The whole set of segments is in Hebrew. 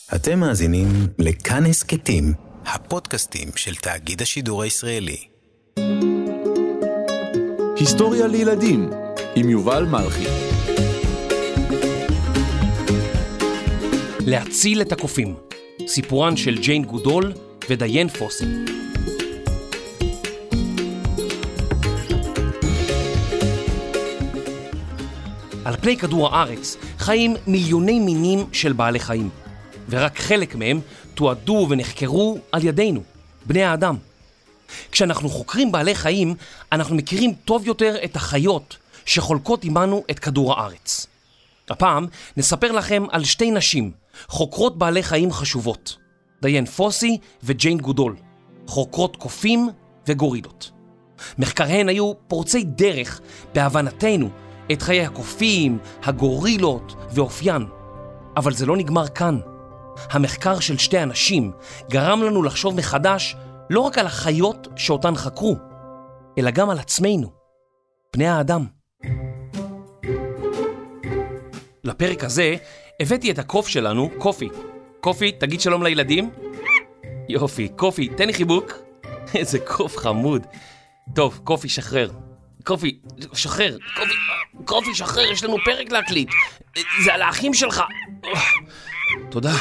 אתם מאזינים לכאן הסכתים, הפודקאסטים של תאגיד השידור הישראלי. היסטוריה לילדים עם יובל מלכי. להציל את הקופים, סיפורן של ג'יין גודול ודיין פוסי. על פני כדור הארץ חיים מיליוני מינים של בעלי חיים, ורק חלק מהם תועדו ונחקרו על ידינו, בני האדם. כשאנחנו חוקרים בעלי חיים, אנחנו מכירים טוב יותר את החיות שחולקות עמנו את כדור הארץ. הפעם נספר לכם על שתי נשים, חוקרות בעלי חיים חשובות, דיין פוסי וג'יין גודול, חוקרות קופים וגורילות. מחקריהן היו פורצי דרך בהבנתנו את חיי הקופים, הגורילות ואופיין. אבל זה לא נגמר כאן. המחקר של שתי אנשים גרם לנו לחשוב מחדש לא רק על החיות שאותן חקרו, אלא גם על עצמנו, בני האדם. לפרק הזה הבאתי את הקוף שלנו, קופי. קופי, תגיד שלום לילדים. יופי, קופי, תן לי חיבוק. איזה קוף חמוד. טוב, קופי, שחרר. קופי, שחרר. קופי, שחרר, יש לנו פרק להקליט. זה על האחים שלך. תודה.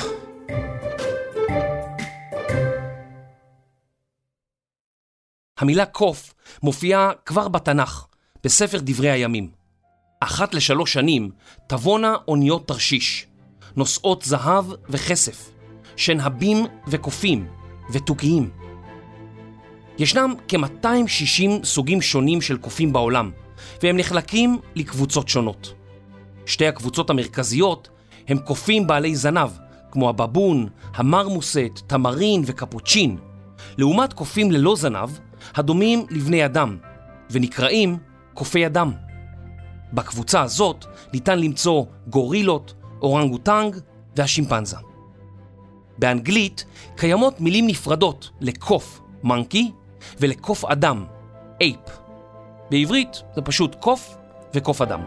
המילה קוף מופיעה כבר בתנ"ך, בספר דברי הימים. 1 ל3 שנים תבונה אוניות תרשיש, נושאות זהב וכסף, שנהבים וקופים ותוקיים. ישנם כ-260 סוגים שונים של קופים בעולם, והם נחלקים לקבוצות שונות. שתי הקבוצות המרכזיות הם קופים בעלי זנב, כמו הבבון, המרמוסת, תמרין וקפוצ'ין, לעומת קופים ללא זנב, הדומים לבני אדם, ונקראים קופי אדם. בקבוצה הזאת ניתן למצוא גורילות, אורנגוטנג והשימפנזה. באנגלית קיימות מילים נפרדות לקוף, מנקי, ולקוף אדם, אייפ. בעברית זה פשוט קוף וקוף אדם.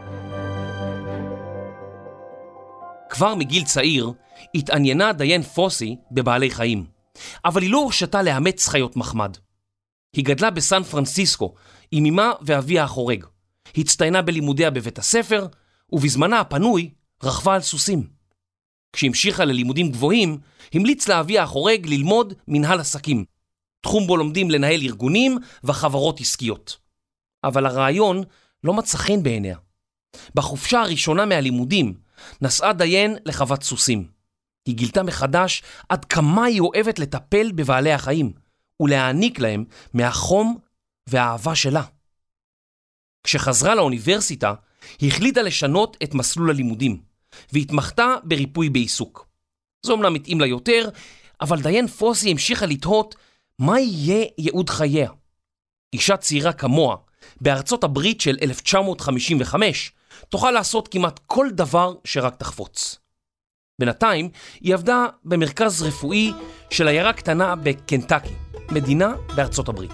כבר מגיל צעיר התעניינה דיין פוסי בבעלי חיים, אבל היא לא הורשתה לאמץ חיות מחמד. היא גדלה בסן פרנסיסקו עם אמה ואביה החורג. היא הצטיינה בלימודיה בבית הספר, ובזמנה הפנוי רכבה על סוסים. כשהמשיכה ללימודים גבוהים, המליץ לאביה החורג ללמוד מנהל עסקים, תחום בו לומדים לנהל ארגונים וחברות עסקיות. אבל הרעיון לא מצא חן בעיניה. בחופשה הראשונה מהלימודים נסעה דיין לחוות סוסים. היא גילתה מחדש עד כמה היא אוהבת לטפל בבעלי החיים, ולהעניק להם מהחום והאהבה שלה. כשחזרה לאוניברסיטה, היא החליטה לשנות את מסלול הלימודים, והתמחתה בריפוי בעיסוק. זו אמנם מתאים לה יותר, אבל דיין פוסי המשיכה לתהות מה יהיה ייעוד חייה. אישה צעירה כמוה, בארצות הברית של 1955, תוכל לעשות כמעט כל דבר שרק תחפוץ. בינתיים היא עבדה במרכז רפואי של עיירה קטנה בקנטקי, מדינה בארצות הברית.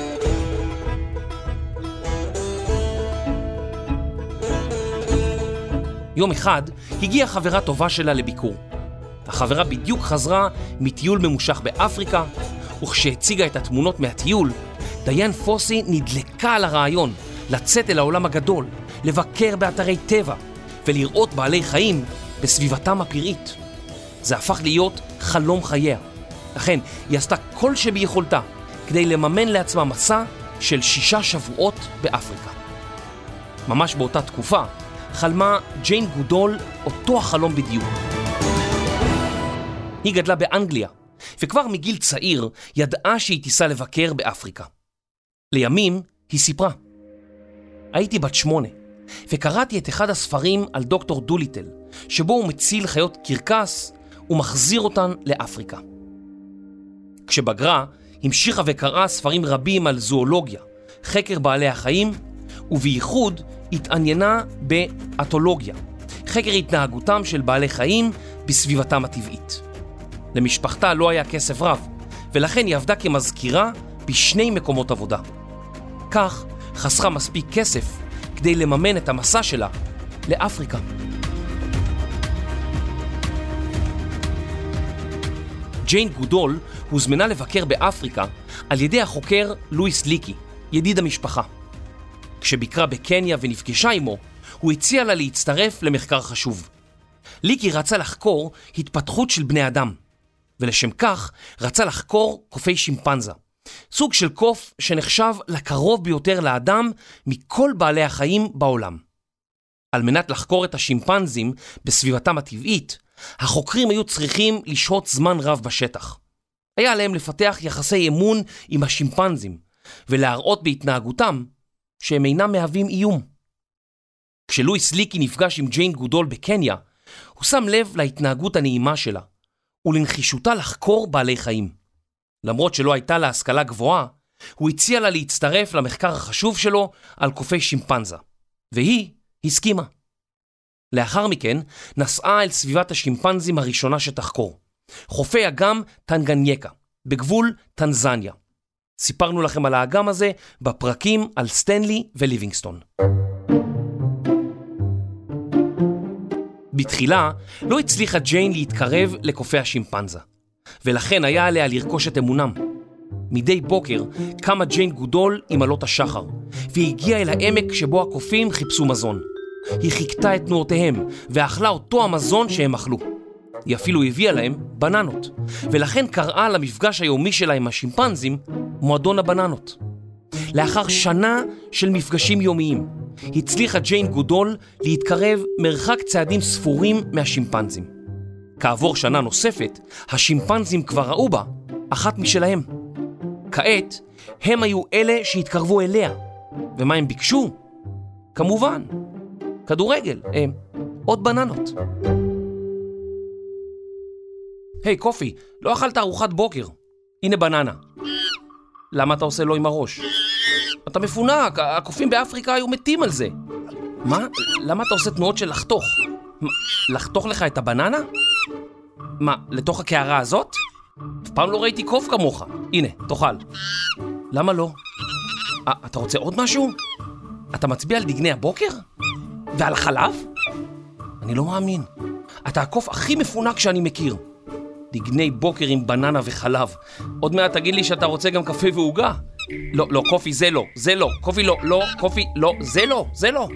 יום אחד הגיעה חברה טובה שלה לביקור. החברה בדיוק חזרה מטיול ממושך באפריקה, וכשהציגה את התמונות מהטיול, דיין פוסי נדלקה על הרעיון לצאת אל העולם הגדול, לבקר באתרי טבע ולראות בעלי חיים בסביבתם הפראית. זה הפך להיות חלום חייה. לכן היא עשתה כל שביכולתה כדי לממן לעצמה מסע של 6 שבועות באפריקה. ממש באותה תקופה חלמה ג'יין גודול אותו החלום בדיוק. היא גדלה באנגליה, וכבר מגיל צעיר ידעה שהיא תיסע לבקר באפריקה. לימים היא סיפרה: הייתי בת 8, וקראתי את אחד הספרים על דוקטור דוליטל, שבו הוא מציל חיות קרקס ומחזיר אותן לאפריקה. כשבגרה, המשיכה וקראה ספרים רבים על זואולוגיה, חקר בעלי החיים, ובייחוד התעניינה באתולוגיה, חקר התנהגותם של בעלי חיים בסביבתם הטבעית. למשפחתה לא היה כסף רב, ולכן היא עבדה כמזכירה ב2 מקומות עבודה. כך חסכה מספיק כסף כדי לממן את המסע שלה לאפריקה. ג'יין גודול הוזמנה לבקר באפריקה על ידי החוקר לואיס ליקי, ידיד המשפחה. כשביקרה בקניה ונפגשה עמו, הוא הציע לה להצטרף למחקר חשוב. ליקי רצה לחקור התפתחות של בני אדם, ולשם כך רצה לחקור קופי שימפנזה, סוג של קוף שנחשב לקרוב ביותר לאדם מכל בעלי החיים בעולם. על מנת לחקור את השימפנזים בסביבתם הטבעית, החוקרים היו צריכים לשהות זמן רב בשטח. היה עליהם לפתח יחסי אמון עם השימפנזים, ולהראות בהתנהגותם שהם אינם מהווים איום. כשלואיס ליקי נפגש עם ג'יין גודול בקניה, הוא שם לב להתנהגות הנעימה שלה, ולנחישותה לחקור בעלי חיים. למרות שלא הייתה לה השכלה גבוהה, הוא הציע לה להצטרף למחקר החשוב שלו על קופי שימפנזה, והיא הסכימה. לאחר מכן נסעה אל סביבת השימפנזים הראשונה שתחקור, חופי אגם טנגנייקה, בגבול טנזניה. סיפרנו לכם על האגם הזה בפרקים על סטנלי וליבינגסטון. בתחילה לא הצליחה ג'יין להתקרב לקופי השימפנזה, ולכן היה עליה לרכוש את אמונם. מדי בוקר קמה ג'יין גודול עם עלות השחר, והגיעה אל העמק שבו הקופים חיפשו מזון. היא חיכתה את תנועותיהם, ואכלה אותו המזון שהם אכלו. היא אפילו הביאה להם בננות, ולכן קראה למפגש היומי שלה עם השימפנזים מועדון הבננות. לאחר שנה של מפגשים יומיים, הצליחה ג'יין גודול להתקרב מרחק צעדים ספורים מהשימפנזים. כעבור שנה נוספת, השימפנזים כבר ראו בה אחת משלהם. כעת, הם היו אלה שהתקרבו אליה. ומה הם ביקשו? כמובן, כדורגל, עוד בננות. היי, קופי, לא אכלת ארוחת בוקר. הנה בננה. למה אתה עושה לו עם הראש? אתה מפונק, הקופים באפריקה היו מתים על זה. מה? למה אתה עושה תנועות של לחתוך? לחתוך לך את הבננה? מה, לתוך הקערה הזאת? אף פעם לא ראיתי קוף כמוך. הנה, תאכל. למה לא? אתה רוצה עוד משהו? אתה מצביע על דגני הבוקר? ועל החלב? אני לא מאמין. אתה הקוף הכי מפונק שאני מכיר. דגני בוקר עם בננה וחלב. עוד מעט תגיד לי שאתה רוצה גם קפה ועוגה. לא, לא, קופי, זה לא, זה לא. קופי לא, לא, קופי לא, זה לא, זה לא.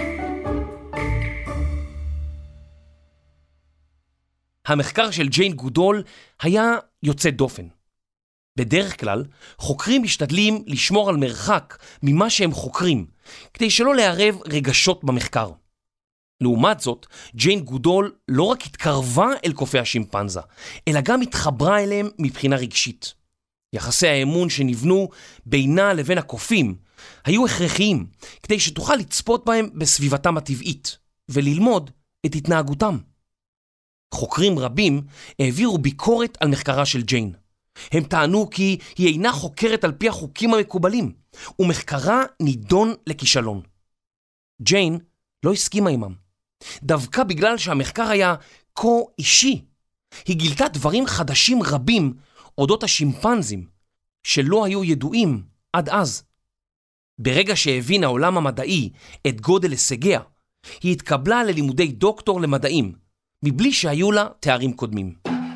המחקר של ג'יין גודול היה יוצא דופן. בדרך כלל, חוקרים משתדלים לשמור על מרחק ממה שהם חוקרים, כדי שלא לערב רגשות במחקר. לעומת זאת, ג'יין גודול לא רק התקרבה אל קופי השימפנזה, אלא גם התחברה אליהם מבחינה רגשית. יחסי האמון שנבנו בינה לבין הקופים היו הכרחיים, כדי שתוכל לצפות בהם בסביבתם הטבעית, וללמוד את התנהגותם. חוקרים רבים העבירו ביקורת על מחקרה של ג'יין. הם טענו כי היא אינה חוקרת על פי החוקים המקובלים, ומחקרה נידון לכישלון. ג'יין לא הסכימה עמם. דווקא בגלל שהמחקר היה כה אישי, היא גילתה דברים חדשים רבים אודות השימפנזים, שלא היו ידועים עד אז. ברגע שהבין העולם המדעי את גודל הישגיה, היא התקבלה ללימודי דוקטור למדעים, מבלי שהיו לה תארים קודמים.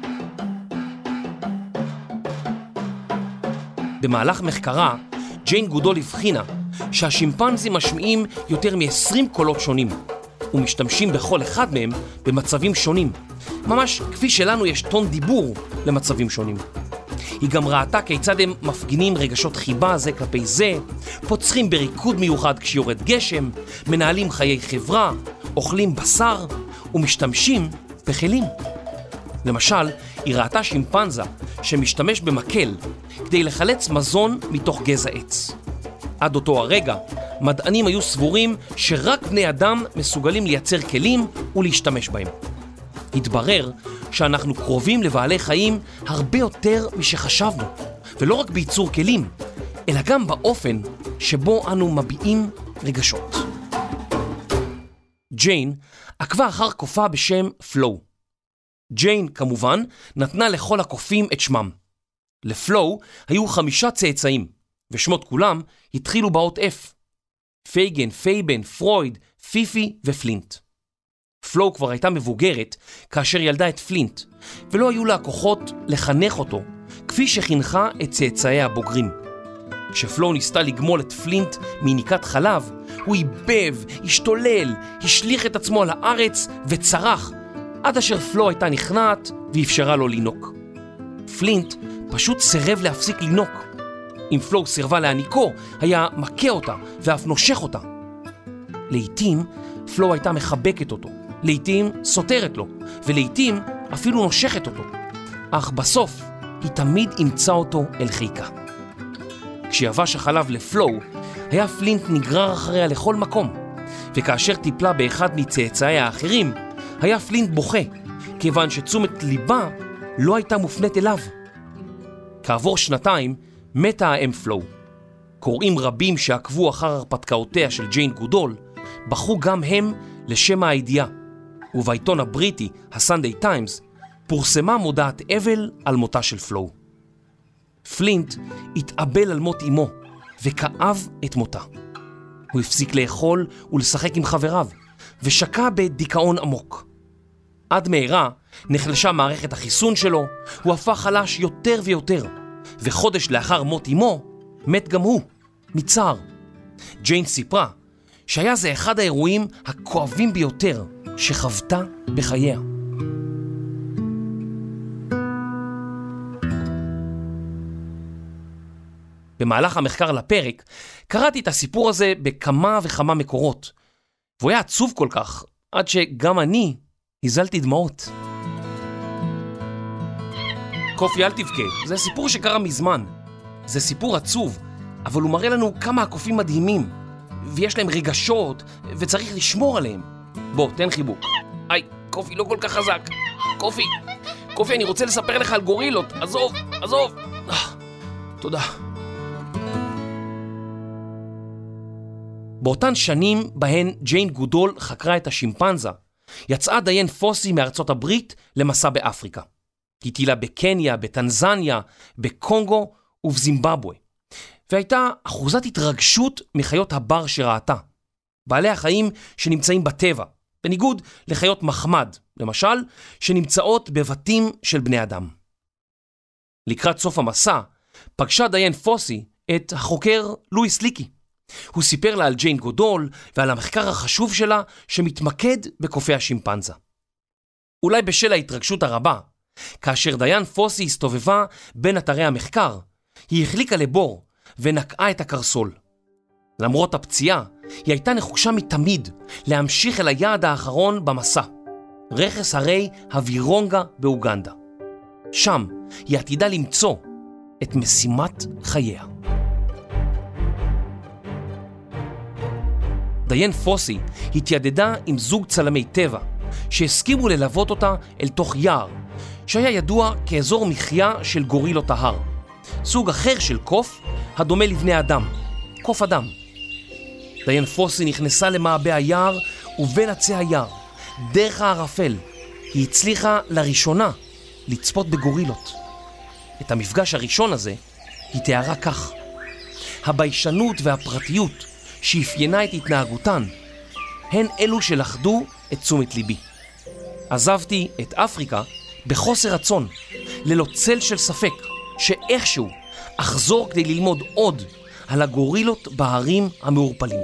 במהלך מחקרה, ג'יין גודול הבחינה שהשימפנזים משמיעים יותר מ-20 קולות שונים, ומשתמשים בכל אחד מהם במצבים שונים, ממש כפי שלנו יש טון דיבור למצבים שונים. היא גם ראתה כיצד הם מפגינים רגשות חיבה זה כלפי זה, פוצחים בריקוד מיוחד כשיורד גשם, מנהלים חיי חברה, אוכלים בשר ומשתמשים בכלים. למשל, היא ראתה שימפנזה שמשתמש במקל כדי לחלץ מזון מתוך גזע עץ. עד אותו הרגע, מדענים היו סבורים שרק בני אדם מסוגלים לייצר כלים ולהשתמש בהם. התברר שאנחנו קרובים לבעלי חיים הרבה יותר משחשבנו, ולא רק בייצור כלים, אלא גם באופן שבו אנו מביעים רגשות. ג'יין עקבה אחר קופה בשם פלו. ג'יין כמובן נתנה לכל הקופים את שמם. לפלו היו 5 צאצאים, ושמות כולם התחילו באות F. פייגן, פייבן, פרויד, פיפי ופלינט. פלו כבר הייתה מבוגרת כאשר ילדה את פלינט, ולא היו לה הכוחות לחנך אותו, כפי שחינכה את צאצאי הבוגרים. כשפלו ניסתה לגמול את פלינט מניקת חלב, הוא איבב, השתולל, השליך את עצמו על הארץ וצרח, עד אשר פלו הייתה נכנעת ואפשרה לו לינוק. פלינט פשוט סירב להפסיק לינוק. אם פלו סירבה להניקו, היה מכה אותה ואף נושך אותה. לעתים פלו הייתה מחבקת אותו, לעתים סותרת לו, ולעתים אפילו נושכת אותו. אך בסוף היא תמיד אימצה אותו אל חיקה. כשיבש החלב לפלו, היה פלינט נגרר אחריה לכל מקום, וכאשר טיפלה באחד מצאצאי האחרים, היה פלינט בוכה, כיוון שתשומת ליבה לא הייתה מופנית אליו. כעבור שנתיים מתה האם פלו. קוראים רבים שעקבו אחר הרפתקאותיה של ג'יין גודול, בחרו גם הם לשם הידיעה, ובעיתון הבריטי, הסנדיי טיימס, פורסמה מודעת אבל על מותה של פלו. פלינט התאבל על מות אמו, וכאב את מותה. הוא הפסיק לאכול ולשחק עם חבריו, ושקע בדיכאון עמוק. עד מהרה נחלשה מערכת החיסון שלו, הוא הפך חלש יותר ויותר, וחודש לאחר מות אמו, מת גם הוא, מצער. ג'יין סיפרה שהיה זה אחד האירועים הכואבים ביותר שחוותה בחייה. במהלך המחקר לפרק, קראתי את הסיפור הזה בכמה וכמה מקורות, והוא היה עצוב כל כך, עד שגם אני הזלתי דמעות. קופי, אל תבכה, זה סיפור שקרה מזמן. זה סיפור עצוב, אבל הוא מראה לנו כמה הקופים מדהימים, ויש להם רגשות, וצריך לשמור עליהם. בוא, תן חיבוק. היי, קופי, לא כל כך חזק. קופי, אני רוצה לספר לך על גורילות. עזוב. תודה. באותן שנים בהן ג'יין גודול חקרה את השימפנזה, יצאה דיין פוסי מארצות הברית למסע באפריקה. היא טילה בקניה, בטנזניה, בקונגו ובזימבבואה. והייתה אחוזת התרגשות מחיות הבר שראתה. בעלי החיים שנמצאים בטבע, בניגוד לחיות מחמד, למשל, שנמצאות בבתים של בני אדם. לקראת סוף המסע, פגשה דיין פוסי את החוקר לואיס ליקי. הוא סיפר לה על ג'יין גודול ועל המחקר החשוב שלה שמתמקד בקופי השימפנזה. אולי בשל ההתרגשות הרבה, כאשר דיין פוסי הסתובבה בין אתרי המחקר, היא החליקה לבור ונקעה את הקרסול. למרות הפציעה, היא הייתה נחושה מתמיד להמשיך אל היעד האחרון במסע, רכס הרי הווירונגה באוגנדה. שם היא עתידה למצוא את משימת חייה. דיין פוסי התיידדה עם זוג צלמי טבע שהסכימו ללוות אותה אל תוך יער שהיה ידוע כאזור מחיה של גורילות ההר, סוג אחר של קוף הדומה לבני אדם, קוף אדם. דיין פוסי נכנסה למעבה היער, ובין עצי היער, דרך הערפל, היא הצליחה לראשונה לצפות בגורילות. את המפגש הראשון הזה היא תיארה כך: הביישנות והפרטיות שאפיינה את התנהגותן הן אלו שלחדו את תשומת ליבי. עזבתי את אפריקה בחוסר רצון, ללא צל של ספק שאיכשהו אחזור כדי ללמוד עוד על הגורילות בהרים המעורפלים.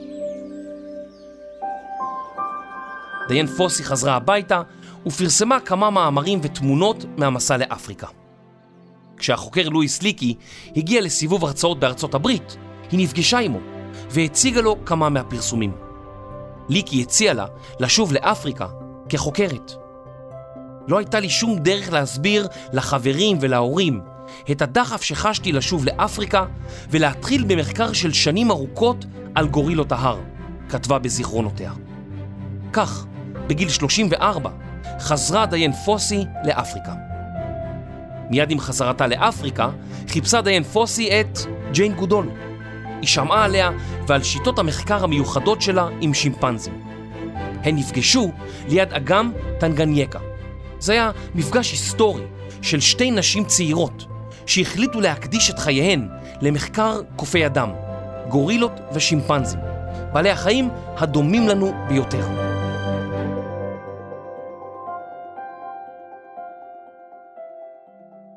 דיין פוסי חזרה הביתה ופרסמה כמה מאמרים ותמונות מהמסע לאפריקה. כשהחוקר לואיס ליקי הגיע לסיבוב הרצאות בארצות הברית, היא נפגשה עמו והציגה לו כמה מהפרסומים. ליקי הציע לה לשוב לאפריקה כחוקרת. לא הייתה לי שום דרך להסביר לחברים ולהורים את הדחף שחשתי לשוב לאפריקה ולהתחיל במחקר של שנים ארוכות על גורילות ההר, כתבה בזיכרונותיה. כך, בגיל 34, חזרה דיין פוסי לאפריקה. מיד עם חזרתה לאפריקה, חיפשה דיין פוסי את ג'יין גודול. היא שמעה עליה ועל שיטות המחקר המיוחדות שלה עם שימפנזים. הן נפגשו ליד אגם טנגנייקה. זה היה מפגש היסטורי של שתי נשים צעירות שהחליטו להקדיש את חייהן למחקר קופי אדם, גורילות ושימפנזים, בעלי החיים הדומים לנו ביותר.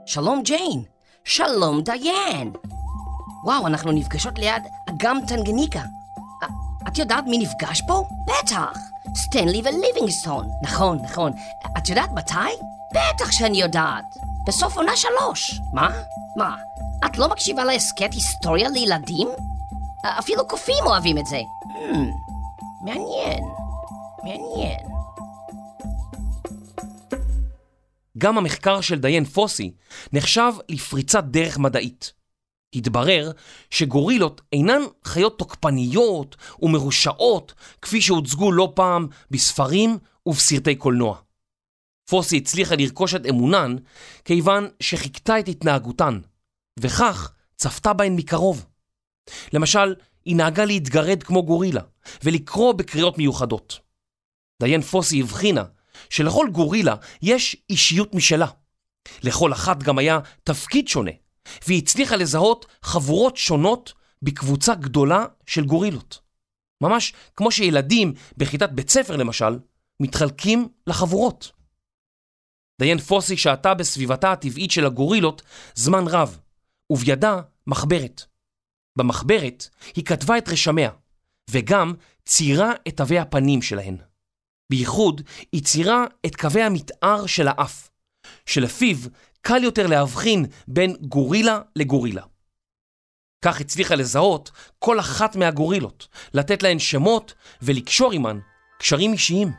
שלום ג'יין. שלום דיין. וואו, אנחנו נפגשות ליד אגם טנגניקה. את יודעת מי נפגש פה? בטח. סטנלי וליבינגסטון. נכון. את יודעת מתי? בטח שאני יודעת. בסוף עונה 3. מה? את לא מקשיבה להסכת היסטוריה לילדים? אפילו קופים אוהבים את זה. מעניין. גם המחקר של דיין פוסי נחשב לפריצת דרך מדעית. התברר שגורילות אינן חיות תוקפניות ומרושעות כפי שהוצגו לא פעם בספרים ובסרטי קולנוע. פוסי הצליחה לרכוש את אמונן כיוון שחיכתה את התנהגותן, וכך צפתה בהן מקרוב. למשל, היא נהגה להתגרד כמו גורילה ולקרוא בקריאות מיוחדות. דיין פוסי הבחינה שלכל גורילה יש אישיות משלה. לכל אחת גם היה תפקיד שונה, והיא הצליחה לזהות חבורות שונות בקבוצה גדולה של גורילות. ממש כמו שילדים בכיתת בית ספר למשל, מתחלקים לחבורות. דיין פוסי שעתה בסביבתה הטבעית של הגורילות זמן רב, ובידה מחברת. במחברת היא כתבה את רשמיה, וגם ציירה את תווי הפנים שלהן. בייחוד היא ציירה את קווי המתאר של האף, שלפיו קל יותר להבחין בין גורילה לגורילה. כך הצליחה לזהות כל אחת מהגורילות, לתת להן שמות ולקשור עמן קשרים אישיים.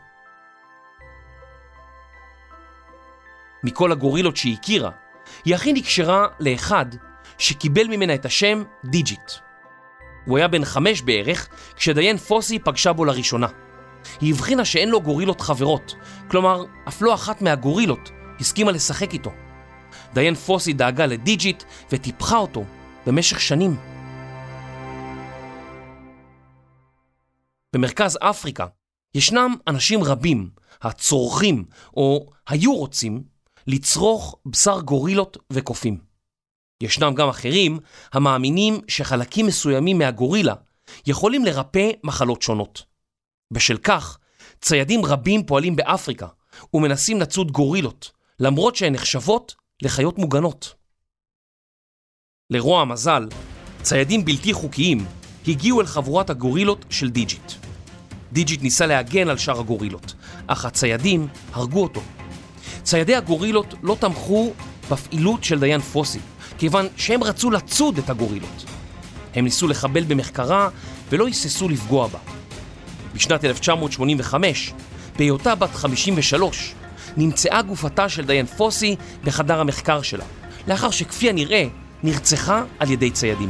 מכל הגורילות שהיא הכירה, היא הכי נקשרה לאחד שקיבל ממנה את השם דיג'יט. הוא היה בן 5 בערך כשדיין פוסי פגשה בו לראשונה. היא הבחינה שאין לו גורילות חברות, כלומר, אף לא אחת מהגורילות הסכימה לשחק איתו. דיין פוסי דאגה לדיג'יט וטיפחה אותו במשך שנים. במרכז אפריקה ישנם אנשים רבים הצורכים או היו רוצים לצרוך בשר גורילות וקופים. ישנם גם אחרים המאמינים שחלקים מסוימים מהגורילה יכולים לרפא מחלות שונות. בשל כך, ציידים רבים פועלים באפריקה ומנסים לצוד גורילות, למרות שהן נחשבות לחיות מוגנות. לרוע המזל, ציידים בלתי חוקיים הגיעו אל חבורת הגורילות של דיג'יט. דיג'יט ניסה להגן על שאר הגורילות, אך הציידים הרגו אותו. ציידי הגורילות לא תמכו בפעילות של דיין פוסי, כיוון שהם רצו לצוד את הגורילות. הם ניסו לחבל במחקרה ולא היססו לפגוע בה. בשנת 1985, בהיותה בת 53, נמצאה גופתה של דיין פוסי בחדר המחקר שלה, לאחר שכפי הנראה נרצחה על ידי ציידים.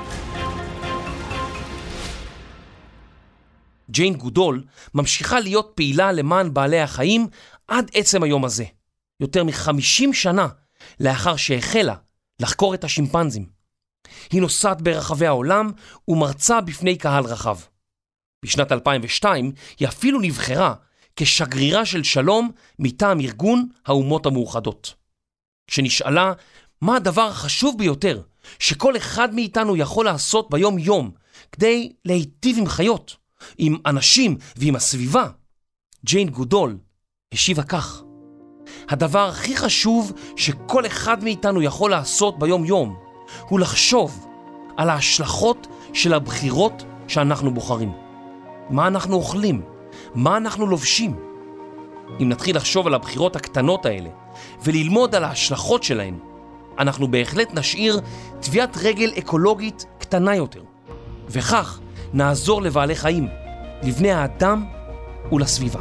ג'יין גודול ממשיכה להיות פעילה למען בעלי החיים עד עצם היום הזה, יותר מ-50 שנה לאחר שהחלה לחקור את השימפנזים. היא נוסעת ברחבי העולם ומרצה בפני קהל רחב. בשנת 2002 היא אפילו נבחרה כשגרירה של שלום מטעם ארגון האומות המאוחדות. כשנשאלה מה הדבר החשוב ביותר שכל אחד מאיתנו יכול לעשות ביום יום כדי להיטיב עם חיות, עם אנשים ועם הסביבה, ג'יין גודול השיבה כך: הדבר הכי חשוב שכל אחד מאיתנו יכול לעשות ביום יום הוא לחשוב על ההשלכות של הבחירות שאנחנו בוחרים. מה אנחנו אוכלים? מה אנחנו לובשים? אם נתחיל לחשוב על הבחירות הקטנות האלה וללמוד על ההשלכות שלהן, אנחנו בהחלט נשאיר טביעת רגל אקולוגית קטנה יותר, וכך נעזור לבעלי חיים, לבני האדם ולסביבה.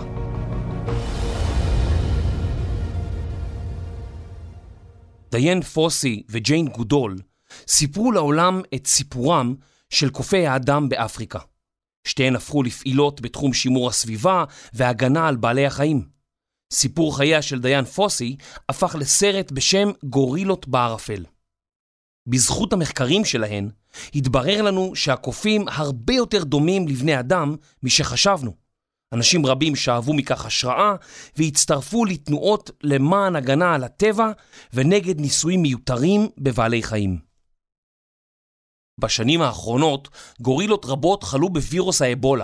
דיין פוסי וג'יין גודול סיפרו לעולם את סיפורם של קופי האדם באפריקה. שתיהן הפכו לפעילות בתחום שימור הסביבה והגנה על בעלי החיים. סיפור חייה של דיין פוסי הפך לסרט בשם גורילות בערפל. בזכות המחקרים שלהן, התברר לנו שהקופים הרבה יותר דומים לבני אדם משחשבנו. אנשים רבים שאהבו מכך השראה והצטרפו לתנועות למען הגנה על הטבע ונגד ניסויים מיותרים בבעלי חיים. בשנים האחרונות גורילות רבות חלו בווירוס האבולה,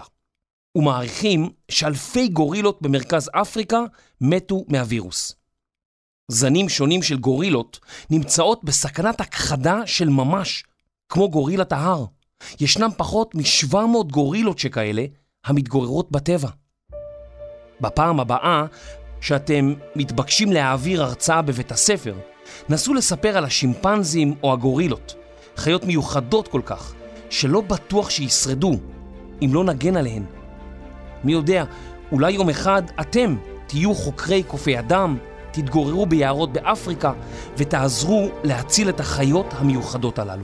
ומעריכים שאלפי גורילות במרכז אפריקה מתו מהווירוס. זנים שונים של גורילות נמצאות בסכנת הכחדה של ממש, כמו גורילת ההר. ישנם פחות מ-700 גורילות שכאלה המתגוררות בטבע. בפעם הבאה שאתם מתבקשים להעביר הרצאה בבית הספר, נסו לספר על השימפנזים או הגורילות, חיות מיוחדות כל כך, שלא בטוח שישרדו אם לא נגן עליהן. מי יודע, אולי יום אחד אתם תהיו חוקרי קופי אדם, תתגוררו ביערות באפריקה ותעזרו להציל את החיות המיוחדות הללו.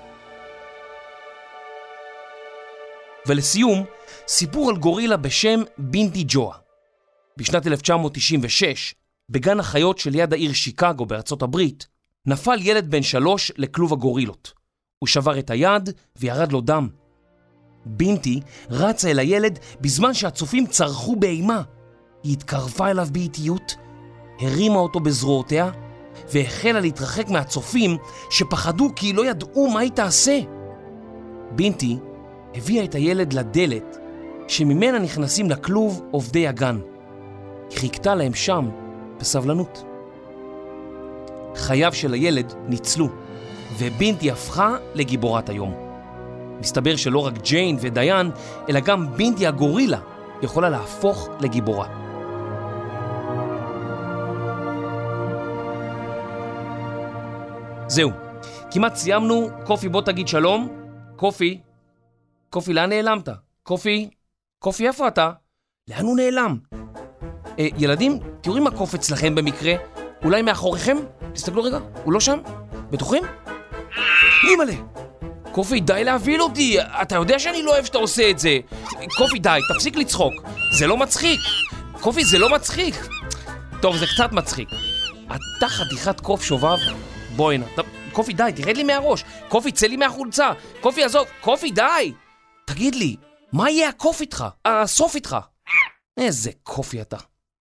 ולסיום, סיפור על גורילה בשם בינטי ג'ואה. בשנת 1996, בגן החיות של יד העיר שיקגו בארצות הברית, נפל ילד בן 3 לכלוב הגורילות. הוא שבר את היד וירד לו דם. בינטי רצה אל הילד בזמן שהצופים צרחו באימה. היא התקרבה אליו באיטיות, הרימה אותו בזרועותיה, והחלה להתרחק מהצופים שפחדו כי לא ידעו מה היא תעשה. בינטי הביאה את הילד לדלת שממנה נכנסים לכלוב עובדי הגן. היא חיכתה להם שם בסבלנות. חייו של הילד ניצלו, ובינטי הפכה לגיבורת היום. מסתבר שלא רק ג'יין ודיין, אלא גם בינטי הגורילה יכולה להפוך לגיבורה. זהו, כמעט סיימנו. קופי, בוא תגיד שלום. קופי, לאן נעלמת? קופי, איפה אתה? לאן הוא נעלם? ילדים, תראו אם הקופץ לכם במקרה. אולי מאחוריכם? תסתכלו רגע, הוא לא שם? בטוחים? אימאלה! קופי, די להביל אותי, אתה יודע שאני לא אוהב שאתה עושה את זה. קופי, די, תפסיק לצחוק, זה לא מצחיק. קופי, זה לא מצחיק. טוב, זה קצת מצחיק. אתה חתיכת קוף שובב. בואי הנה, קופי, די, תרד לי מהראש. קופי, צא לי מהחולצה. קופי, עזוב, קופי, די. תגיד לי, מה יהיה הקוף איתך? הסוף איתך? איזה קופי אתה.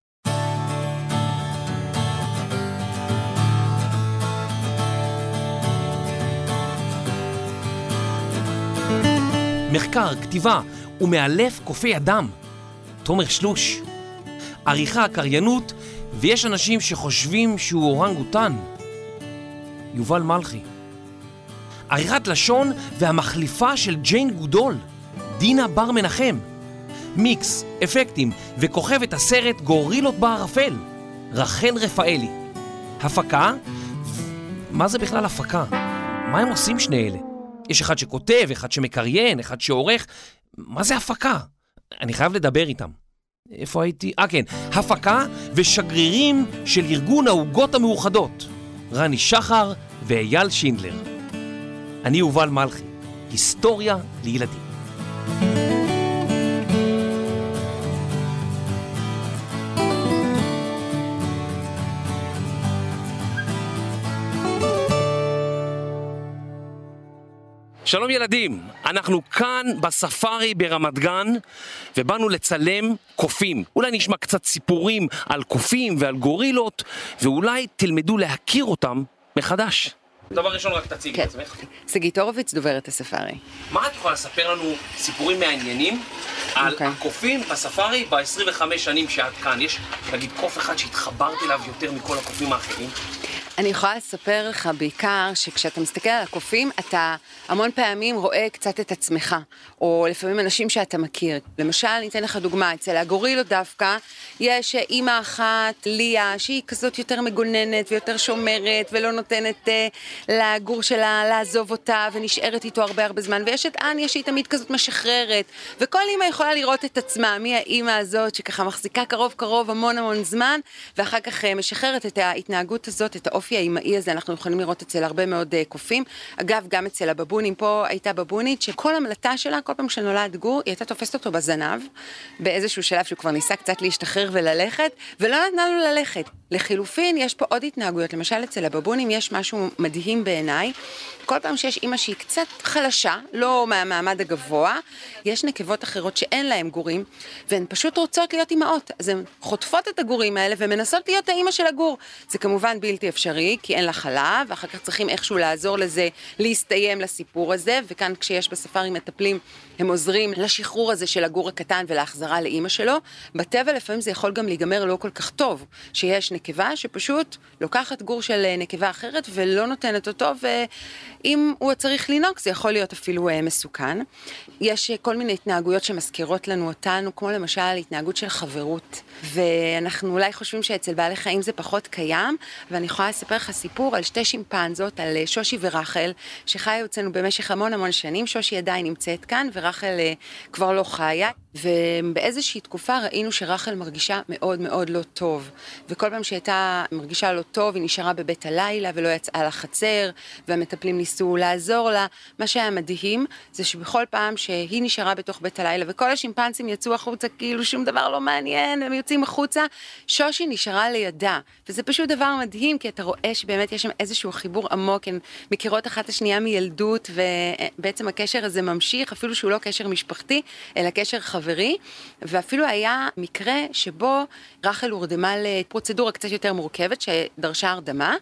מחקר, כתיבה ומאלף קופי אדם, תומר שלוש. עריכה, קריינות, ויש אנשים שחושבים שהוא אורנגוטן, יובל מלכי. עריכת לשון והמחליפה של ג'יין גודול, דינה בר מנחם. מיקס, אפקטים וכוכבת הסרט גורילות בערפל, רחל רפאלי. הפקה? מה זה בכלל הפקה? מה הם עושים שני אלה? יש אחד שכותב, אחד שמקריין, אחד שעורך. מה זה הפקה? אני חייב לדבר איתם. איפה הייתי? כן, הפקה ושגרירים של ארגון העוגות המאוחדות, רני שחר ואייל שינדלר. אני יובל מלכי, היסטוריה לילדים. שלום ילדים, אנחנו כאן בספארי ברמת גן ובאנו לצלם קופים. אולי נשמע קצת סיפורים על קופים ועל גורילות, ואולי תלמדו להכיר אותם מחדש. דבר ראשון, רק תציג את עצמך. שגית הורוביץ, דוברת הספארי. מה את יכולה לספר לנו סיפורים מעניינים על הקופים בספארי ב-25 שנים שאת כאן? יש, נגיד, קוף אחד שהתחברתי אליו יותר מכל הקופים האחרים? אני יכולה לספר לך בעיקר שכשאתה מסתכל על הקופים, אתה המון פעמים רואה קצת את עצמך, או לפעמים אנשים שאתה מכיר. למשל, אני אתן לך דוגמה, אצל הגורילות דווקא, יש אימא אחת, ליה, שהיא כזאת יותר מגוננת ויותר שומרת, ולא נותנת לגור שלה לעזוב אותה, ונשארת איתו הרבה זמן, ויש את אניה שהיא תמיד כזאת משחררת, וכל אימא יכולה לראות את עצמה, מי האימא הזאת שככה מחזיקה קרוב המון זמן, ואחר כך משחררת את ההתנהגות הזאת, את האופי האימאי הזה. אנחנו יכולים לראות אצל הרבה מאוד קופים. אגב, גם אצל הבבונים, פה הייתה בבונית שכל המלטה שלה, כל פעם שנולד גור, היא הייתה תופסת אותו בזנב, באיזשהו שלב שהוא כבר ניסה קצת להשתחרר וללכת, ולא נתנה לו ללכת. לחילופין, יש פה עוד התנהגויות. למשל, אצל הבבונים יש משהו מדהים בעיניי. כל פעם שיש אימא שהיא קצת חלשה, לא מהמעמד הגבוה, יש נקבות אחרות שאין להם גורים, והן פשוט רוצות להיות אימהות. אז הן חוטפות את הגורים האלה ומנסות להיות האימא של הגור. זה כמובן בלתי אפשרי. טרי, כי אין לה חלב, ואחר כך צריכים איכשהו לעזור לזה, להסתיים לסיפור הזה, וכאן כשיש בספארי מטפלים, הם עוזרים לשחרור הזה של הגור הקטן ולהחזרה לאמא שלו. בטבע לפעמים זה יכול גם להיגמר לא כל כך טוב, שיש נקבה שפשוט לוקחת גור של נקבה אחרת ולא נותנת אותו, ואם הוא צריך לינוק זה יכול להיות אפילו מסוכן. יש כל מיני התנהגויות שמזכירות לנו אותנו, כמו למשל התנהגות של חברות, ואנחנו אולי חושבים שאצל בעלי חיים זה פחות קיים, ואני יכולה לספר לך סיפור על שתי שימפנזות, על שושי ורחל, שחיו אצלנו במשך המון שנים. שושי עדיין נמצאת כאן, ורחל כבר לא חיה, ובאיזושהי תקופה ראינו שרחל מרגישה מאוד לא טוב, וכל פעם שהייתה מרגישה לא טוב, היא נשארה בבית הלילה ולא יצאה לחצר, והמטפלים ניסו לעזור לה. מה שהיה מדהים זה שבכל פעם שהיא נשארה בתוך בית הלילה, וכל השימפנסים יצאו החוצה כאילו שום דבר לא מעניין, הם יוצאים החוצה, שושי נשארה לידה, וזה פשוט דבר מדהים, כי אתה רואה שבאמת יש שם איזשהו חיבור עמוק, הן מכירות אחת השנייה מילדות, ובעצם הקשר הזה ממשיך, אפילו שהוא לא קשר משפחתי, אלא קשר חברי, ואפילו היה מקרה שבו רחל הורדמה לפרוצדורה קצת יותר מורכבת, שדרשה הרדמה,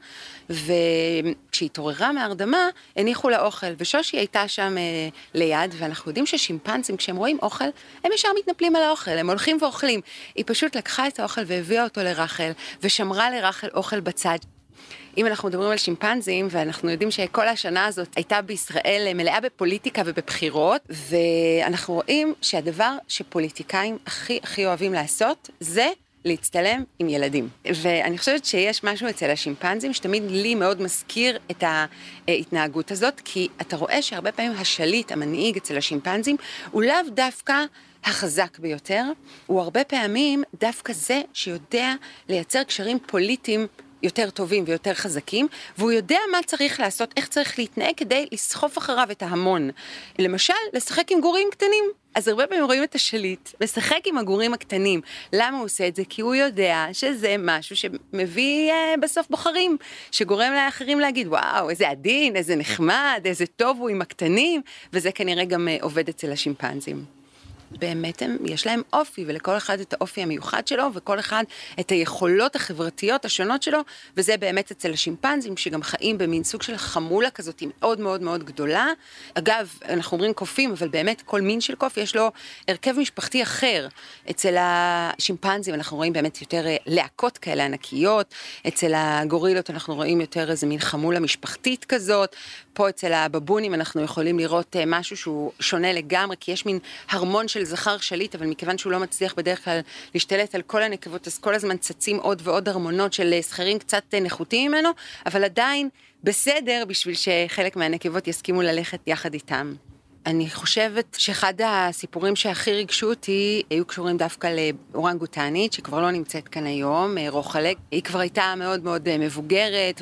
וכשהיא התעוררה מההרדמה, הניחו לה אוכל, ושושי הייתה שם ליד, ואנחנו יודעים ששימפנסים, כשהם רואים אוכל, הם ישר מתנפלים על האוכל, הם הולכים ואוכלים. היא פשוט לקחה את האוכל והביאה אותו לרחל, ושמרה לרחל אוכל בצד. אם אנחנו מדברים על שימפנזים, ואנחנו יודעים שכל השנה הזאת הייתה בישראל מלאה בפוליטיקה ובבחירות, ואנחנו רואים שהדבר שפוליטיקאים הכי אוהבים לעשות, זה להצטלם עם ילדים. ואני חושבת שיש משהו אצל השימפנזים, שתמיד לי מאוד מזכיר את ההתנהגות הזאת, כי אתה רואה שהרבה פעמים השליט, המנהיג אצל השימפנזים, הוא לאו דווקא החזק ביותר, הוא הרבה פעמים דווקא זה שיודע לייצר קשרים פוליטיים יותר טובים ויותר חזקים, והוא יודע מה צריך לעשות, איך צריך להתנהג כדי לסחוף אחריו את ההמון. למשל, לשחק עם גורים קטנים. אז הרבה פעמים רואים את השליט, לשחק עם הגורים הקטנים. למה הוא עושה את זה? כי הוא יודע שזה משהו שמביא בסוף בוחרים, שגורם לאחרים להגיד, וואו, איזה עדין, איזה נחמד, איזה טוב הוא עם הקטנים, וזה כנראה גם עובד אצל השימפנזים. באמת יש להם אופי, ולכל אחד את האופי המיוחד שלו, וכל אחד את היכולות החברתיות השונות שלו, וזה באמת אצל השימפנזים, שגם חיים במין סוג של חמולה כזאת, מאוד גדולה. אגב, אנחנו אומרים קופים, אבל באמת כל מין של קוף יש לו הרכב משפחתי אחר. אצל השימפנזים אנחנו רואים באמת יותר להקות כאלה ענקיות, אצל הגורילות אנחנו רואים יותר איזה מין חמולה משפחתית כזאת, פה אצל הבבונים אנחנו יכולים לראות משהו שהוא שונה לגמרי, כי יש מין הרמון של זכר שליט, אבל מכיוון שהוא לא מצליח בדרך כלל להשתלט על כל הנקבות, אז כל הזמן צצים עוד ועוד הרמונות של זכרים קצת נחותים ממנו, אבל עדיין בסדר בשביל שחלק מהנקבות יסכימו ללכת יחד איתם. אני חושבת שאחד הסיפורים שהכי ריגשו אותי היו קשורים דווקא לאורנגוטנית, שכבר לא נמצאת כאן היום, רוחלה. היא כבר הייתה מאוד מבוגרת,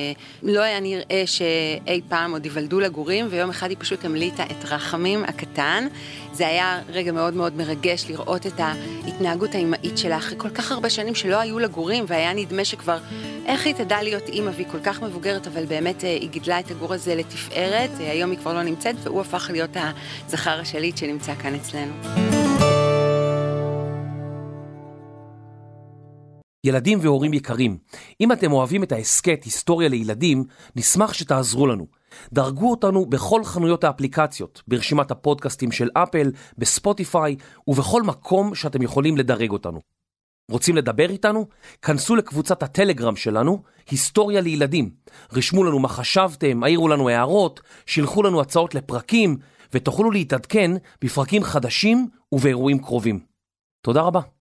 ולא היה נראה שאי פעם עוד יוולדו לגורים, ויום אחד היא פשוט המליטה את רחמים הקטן. זה היה רגע מאוד מרגש לראות את ההתנהגות האימהית שלה, אחרי כל כך הרבה שנים שלא היו לגורים, והיה נדמה שכבר איך היא תדע להיות אימא, והיא כל כך מבוגרת, אבל באמת היא גידלה את הגור הזה לתפארת, היום היא כבר לא נמצאת, והוא הפך להיות הזכר השליט שנמצא כאן אצלנו. ילדים והורים יקרים, אם אתם אוהבים את העסקת היסטוריה לילדים, נשמח שתעזרו לנו. דרגו אותנו בכל חנויות האפליקציות, ברשימת הפודקאסטים של אפל, בספוטיפיי ובכל מקום שאתם יכולים לדרג אותנו. רוצים לדבר איתנו? כנסו לקבוצת הטלגרם שלנו, היסטוריה לילדים. רשמו לנו מה חשבתם, העירו לנו הערות, שילחו לנו הצעות לפרקים, ותוכלו להתעדכן בפרקים חדשים ובאירועים קרובים. תודה רבה.